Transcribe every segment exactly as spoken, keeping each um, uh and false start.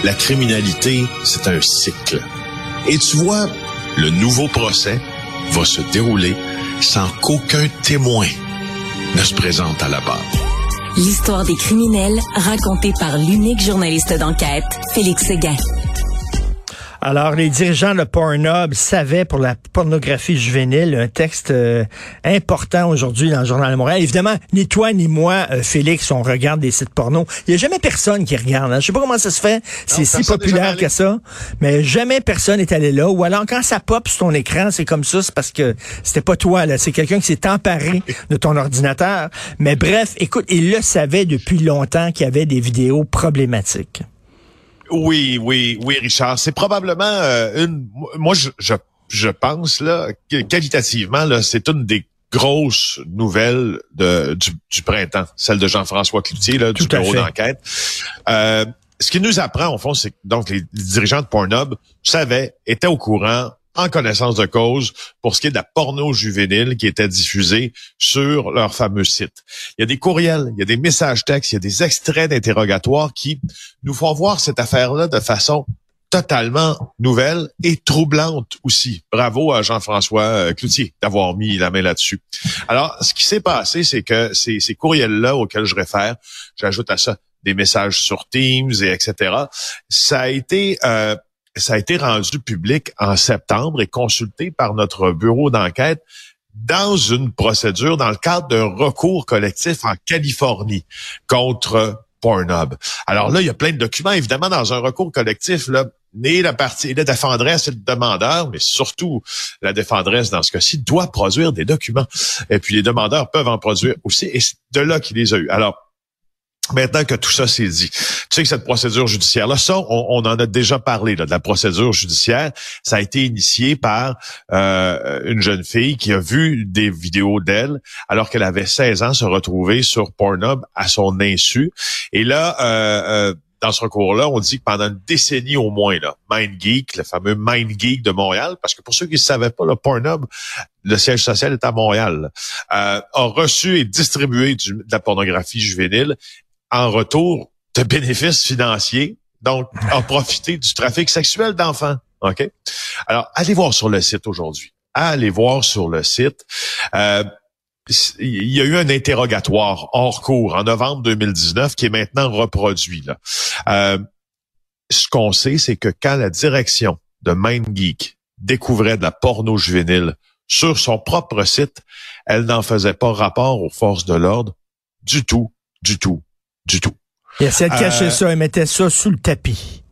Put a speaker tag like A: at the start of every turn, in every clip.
A: La criminalité, c'est un cycle. Et tu vois, le nouveau procès va se dérouler sans qu'aucun témoin ne se présente à la barre.
B: L'histoire des criminels racontée par l'unique journaliste d'enquête, Félix Séguin.
C: Alors, les dirigeants de Pornhub savaient pour la pornographie juvénile, un texte euh, important aujourd'hui dans le Journal de Montréal. Évidemment, ni toi ni moi, euh, Félix, on regarde des sites porno. Il n'y a jamais personne qui regarde. Hein. Je sais pas comment ça se fait. C'est si populaire que ça. Mais jamais personne n'est allé là. Ou alors, quand ça pop sur ton écran, c'est comme ça. C'est parce que c'était pas toi, là. C'est quelqu'un qui s'est emparé de ton ordinateur. Mais bref, écoute, il le savait depuis longtemps qu'il y avait des vidéos problématiques.
D: Oui, oui, oui, Richard. C'est probablement euh, une. Moi, je, je, je pense là que qualitativement là, c'est une des grosses nouvelles de du, du printemps, celle de Jean-François Cloutier là, du bureau d'enquête. Euh, ce qui nous apprend au fond, c'est que donc les dirigeants de Pornhub savaient, étaient au courant, en connaissance de cause, pour ce qui est de la porno juvénile qui était diffusée sur leur fameux site. Il y a des courriels, il y a des messages textes, il y a des extraits d'interrogatoires qui nous font voir cette affaire-là de façon totalement nouvelle et troublante aussi. Bravo à Jean-François Cloutier d'avoir mis la main là-dessus. Alors, ce qui s'est passé, c'est que ces, ces courriels-là auxquels je réfère, j'ajoute à ça des messages sur Teams et et cetera, ça a été... Euh, Ça a été rendu public en septembre et consulté par notre bureau d'enquête dans une procédure, dans le cadre d'un recours collectif en Californie contre Pornhub. Alors là, il y a plein de documents. Évidemment, dans un recours collectif, là, et la partie, et la défendresse et le demandeur, mais surtout la défendresse dans ce cas-ci, doit produire des documents. Et puis les demandeurs peuvent en produire aussi. Et c'est de là qu'il les a eus. Alors, maintenant que tout ça s'est dit, tu sais que cette procédure judiciaire-là, ça, on, on en a déjà parlé, là, de la procédure judiciaire. Ça a été initié par euh, une jeune fille qui a vu des vidéos d'elle alors qu'elle avait seize ans se retrouver sur Pornhub à son insu. Et là, euh, euh, dans ce recours-là, on dit que pendant une décennie au moins, là, MindGeek, le fameux MindGeek de Montréal, parce que pour ceux qui ne savaient pas, le Pornhub, le siège social est à Montréal, euh, a reçu et distribué du, de la pornographie juvénile en retour de bénéfices financiers, donc en profiter du trafic sexuel d'enfants. OK? Alors, allez voir sur le site aujourd'hui. Allez voir sur le site. Euh, il y a eu un interrogatoire hors cours en novembre deux mille dix-neuf qui est maintenant reproduit. Là. Euh, ce qu'on sait, c'est que quand la direction de MindGeek découvrait de la porno juvénile sur son propre site, elle n'en faisait pas rapport aux forces de l'ordre du tout, du tout. Du tout.
C: Il essayait de cacher
D: euh,
C: ça, elle mettait ça sous le tapis.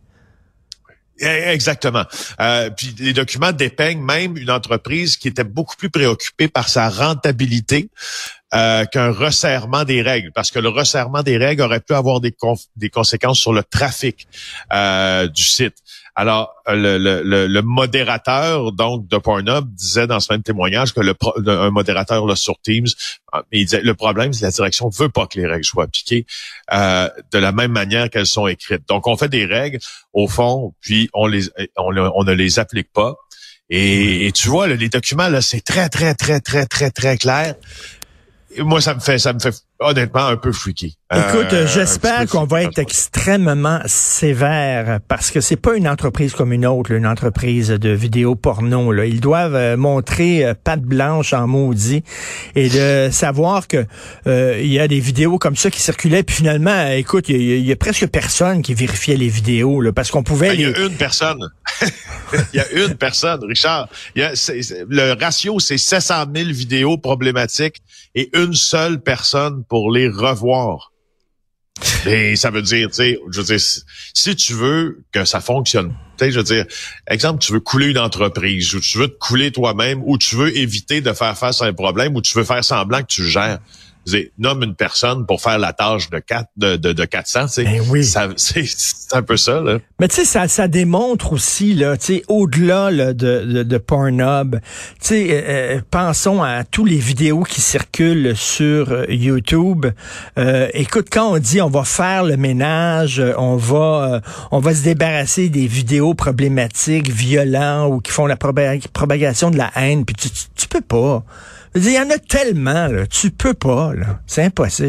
D: Exactement. Euh, puis les documents dépeignent même une entreprise qui était beaucoup plus préoccupée par sa rentabilité euh, qu'un resserrement des règles, parce que le resserrement des règles aurait pu avoir des, conf- des conséquences sur le trafic euh, du site. Alors, le, le, le, le modérateur donc de Pornhub disait dans ce même témoignage que le pro, un modérateur là, sur Teams, il disait le problème c'est que la direction veut pas que les règles soient appliquées euh, de la même manière qu'elles sont écrites. Donc, on fait des règles au fond, puis on les on, on ne les applique pas. Et, et tu vois, là, les documents là, c'est très très très très très très clair. Et moi, ça me fait ça me fait honnêtement un peu freaky.
C: Écoute,
D: euh,
C: j'espère qu'on va être extrêmement sévère parce que c'est pas une entreprise comme une autre, là, une entreprise de vidéos porno. Là. Ils doivent euh, montrer euh, patte blanche en maudit et de savoir que euh, il y a des vidéos comme ça qui circulaient. Puis finalement, euh, écoute, il y, y, y a presque personne qui vérifiait les vidéos là, parce qu'on pouvait.
D: Il
C: les...
D: y a une personne. Il y a une personne, Richard. Il y a, c'est, c'est, le ratio, c'est sept cent mille vidéos problématiques et une seule personne pour les revoir. Et ça veut dire, tu sais, je veux dire, si tu veux que ça fonctionne, tu sais, je veux dire, exemple, tu veux couler une entreprise, ou tu veux te couler toi-même, ou tu veux éviter de faire face à un problème, ou tu veux faire semblant que tu gères. Nomme une personne pour faire la tâche de quatre de de, de quatre cents, tu sais.
C: Ben oui.
D: Ça, c'est, c'est un peu ça là.
C: Mais tu sais, ça ça démontre aussi là, tu sais, au-delà là, de, de de Pornhub, tu sais, euh, pensons à tous les vidéos qui circulent sur euh, YouTube. Euh, écoute, quand on dit on va faire le ménage, on va euh, on va se débarrasser des vidéos problématiques, violentes ou qui font la proba- propagation de la haine, puis tu, tu tu peux pas. Il y en a tellement, là. Tu peux pas, là. C'est impossible.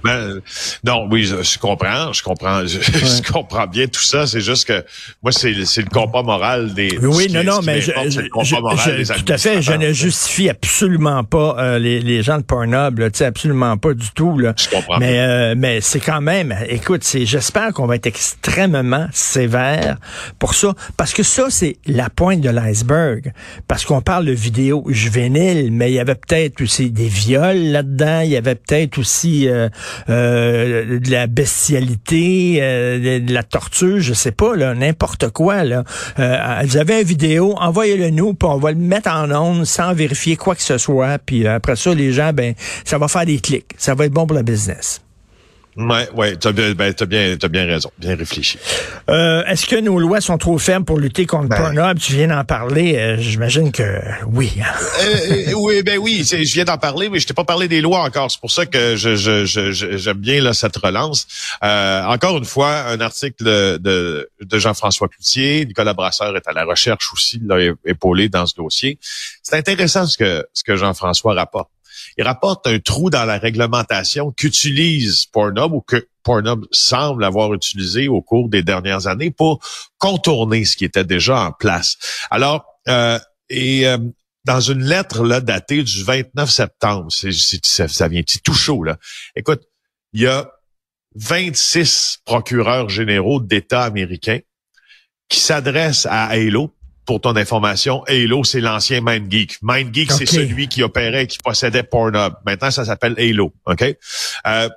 D: Ben, non, oui, je, je comprends, je comprends, je, ouais. je comprends bien tout ça. C'est juste que moi, c'est, c'est le compas moral des.
C: Oui,
D: qui,
C: non, non, mais je, je, je, je tout à fait, je ne justifie absolument pas euh, les, les gens de Pornhub, là, tu sais, absolument pas du tout, là.
D: Je comprends.
C: Mais, euh, mais c'est quand même, écoute, c'est, j'espère qu'on va être extrêmement sévère pour ça, parce que ça, c'est la pointe de l'iceberg, parce qu'on parle de vidéos juvéniles, mais il y avait peut-être aussi des viols là-dedans, il y avait peut-être aussi euh, euh, de la bestialité, euh, de la torture, je sais pas, là, n'importe quoi, là. Euh, vous avez une vidéo, envoyez-le nous, puis on va le mettre en ondes sans vérifier quoi que ce soit, puis après ça, les gens, ben, ça va faire des clics, ça va être bon pour le business.
D: Ouais, ouais, t'as bien, ben, t'as bien, t'as bien raison, bien réfléchi.
C: Euh, est-ce que nos lois sont trop faibles pour lutter contre ben, Pornhub? Tu viens d'en parler, euh, j'imagine que oui.
D: euh, oui, ben oui, c'est, je viens d'en parler, mais je t'ai pas parlé des lois encore. C'est pour ça que je, je, je, je j'aime bien là cette relance. Euh, encore une fois, un article de, de, de Jean-François Cloutier. Nicolas Brasseur est à la recherche aussi, là, épaulé dans ce dossier. C'est intéressant ce que ce que Jean-François rapporte. Il rapporte un trou dans la réglementation qu'utilise Pornhub ou que Pornhub semble avoir utilisé au cours des dernières années pour contourner ce qui était déjà en place. Alors, euh, et euh, dans une lettre là datée du vingt-neuf septembre, c'est, c'est, ça, ça vient tout chaud là. Écoute, il y a vingt-six procureurs généraux d'États américains qui s'adressent à Halo. Pour ton information, Halo, c'est l'ancien MindGeek. MindGeek, okay. C'est celui qui opérait, qui possédait Pornhub. Maintenant, ça s'appelle Halo. OK? Euh,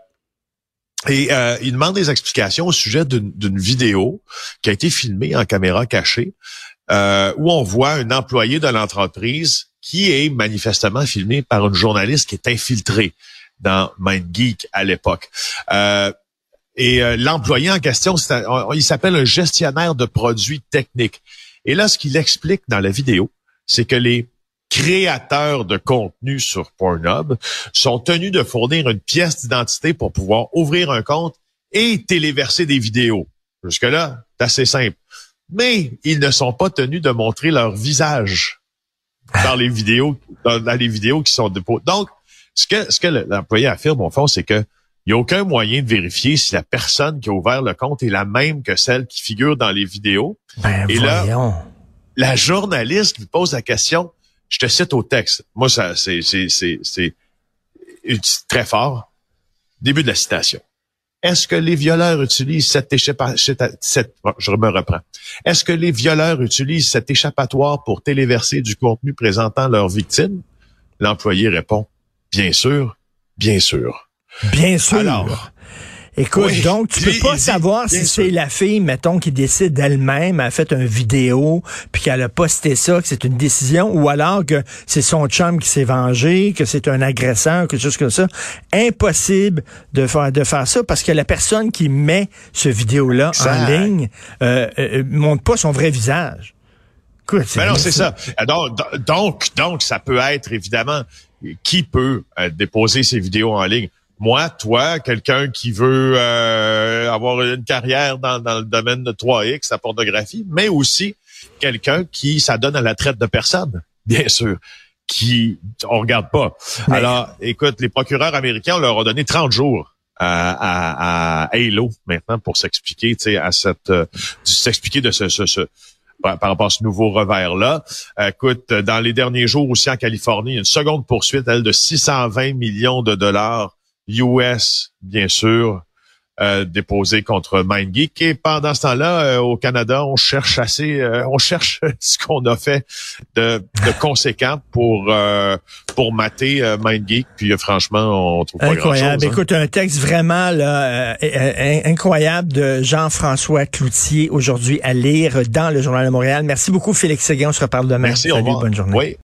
D: et euh, il demande des explications au sujet d'une, d'une vidéo qui a été filmée en caméra cachée, euh, où on voit un employé de l'entreprise qui est manifestement filmé par une journaliste qui est infiltrée dans MindGeek à l'époque. Euh, et euh, l'employé en question, c'est un, il s'appelle un gestionnaire de produits techniques. Et là, ce qu'il explique dans la vidéo, c'est que les créateurs de contenu sur Pornhub sont tenus de fournir une pièce d'identité pour pouvoir ouvrir un compte et téléverser des vidéos. Jusque-là, c'est assez simple. Mais ils ne sont pas tenus de montrer leur visage dans les vidéos, dans, dans les vidéos qui sont déposées. Donc, ce que, ce que l'employé affirme, au fond, c'est que il n'y a aucun moyen de vérifier si la personne qui a ouvert le compte est la même que celle qui figure dans les vidéos.
C: Ben,
D: et
C: voyons.
D: Là, la journaliste lui pose la question, je te cite au texte. Moi, ça, c'est, c'est, c'est, c'est très fort. Début de la citation. Est-ce que les violeurs utilisent cet échappatoire, cette, je me reprends. Est-ce que les violeurs utilisent cet échappatoire pour téléverser du contenu présentant leurs victimes? L'employé répond, bien sûr, bien sûr.
C: Bien sûr.
D: Alors,
C: écoute, oui, donc tu peux pas
D: dit,
C: savoir si c'est la fille, mettons, qui décide d'elle-même, elle a fait une vidéo, puis qu'elle a posté ça, que c'est une décision, ou alors que c'est son chum qui s'est vengé, que c'est un agresseur, quelque chose comme ça. Impossible de faire de faire ça parce que la personne qui met ce vidéo-là ça... en ligne euh, euh, montre pas son vrai visage. Écoute, c'est
D: ben non, c'est ça. Donc, donc, donc, ça peut être évidemment qui peut euh, déposer ses vidéos en ligne. Moi, toi, quelqu'un qui veut euh, avoir une carrière dans, dans le domaine de trois X, la pornographie, mais aussi quelqu'un qui s'adonne à la traite de personnes, bien sûr, qui on regarde pas. Mais... Alors, écoute, les procureurs américains, on leur a donné trente jours à, à, à Halo maintenant pour s'expliquer, tu sais, à cette, euh, s'expliquer de ce, ce, ce par, par rapport à ce nouveau revers-là. Écoute, dans les derniers jours aussi en Californie, une seconde poursuite, elle, de six cent vingt millions de dollars U S, bien sûr, euh, déposé contre MindGeek. Et pendant ce temps-là, euh, au Canada, on cherche assez, euh, on cherche ce qu'on a fait de, de conséquent pour euh, pour mater euh, MindGeek. Puis euh, franchement, on trouve pas grand-chose.
C: Incroyable.
D: Hein.
C: Écoute, un texte vraiment là euh, incroyable de Jean-François Cloutier aujourd'hui à lire dans le Journal de Montréal. Merci beaucoup, Félix Séguin. On se reparle demain.
D: Merci.
C: Salut,
D: au revoir.
C: Bonne journée.
D: Oui.